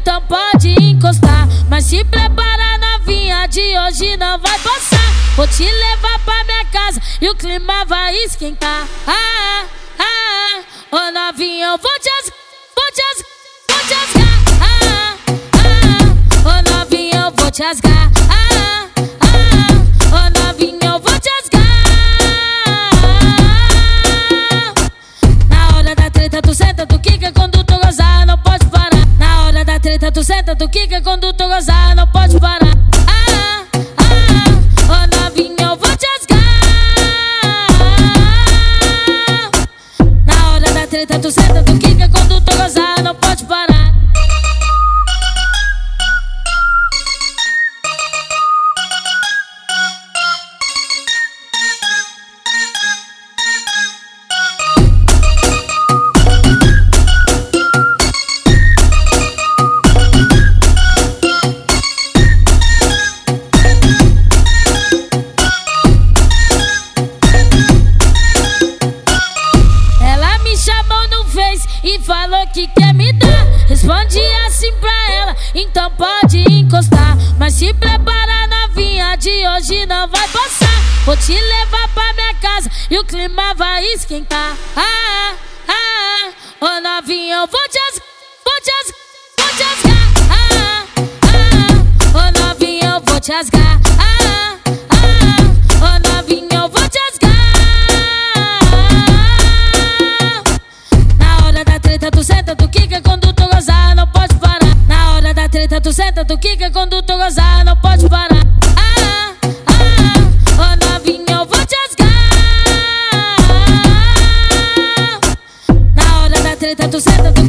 então pode encostar. Mas se prepara, novinha, de hoje não vai passar. Vou te levar pra minha casa e o clima vai esquentar. Ô novinha, eu vou te asgar. Ô novinha, eu vou te asgar. Ô novinha, eu vou te asgar. Na hora da treta tu senta, tu quica, quando tu gozar não pode parar. Na hora da treta tu senta, tu quica, quando tu gozar não pode parar. Ô novinha, eu vou te asgar. Na hora da treta tu senta, tu quica, quando tu gozar não pode parar. E falou que quer me dar. Respondi assim pra ela, então pode encostar. Mas se prepara, novinha, de hoje não vai passar. Vou te levar pra minha casa e o clima vai esquentar. Ô novinha, eu vou te asgar. Ô novinha, eu vou te asgar. Ô novinha, eu vou te asgar. Tu senta, tu quica, quando tu gozar não pode parar. Na hora da treta tu senta, tu quica, quando tu gozar não pode parar. Ô novinha, eu vou te asgar. Na hora da treta tu senta, tu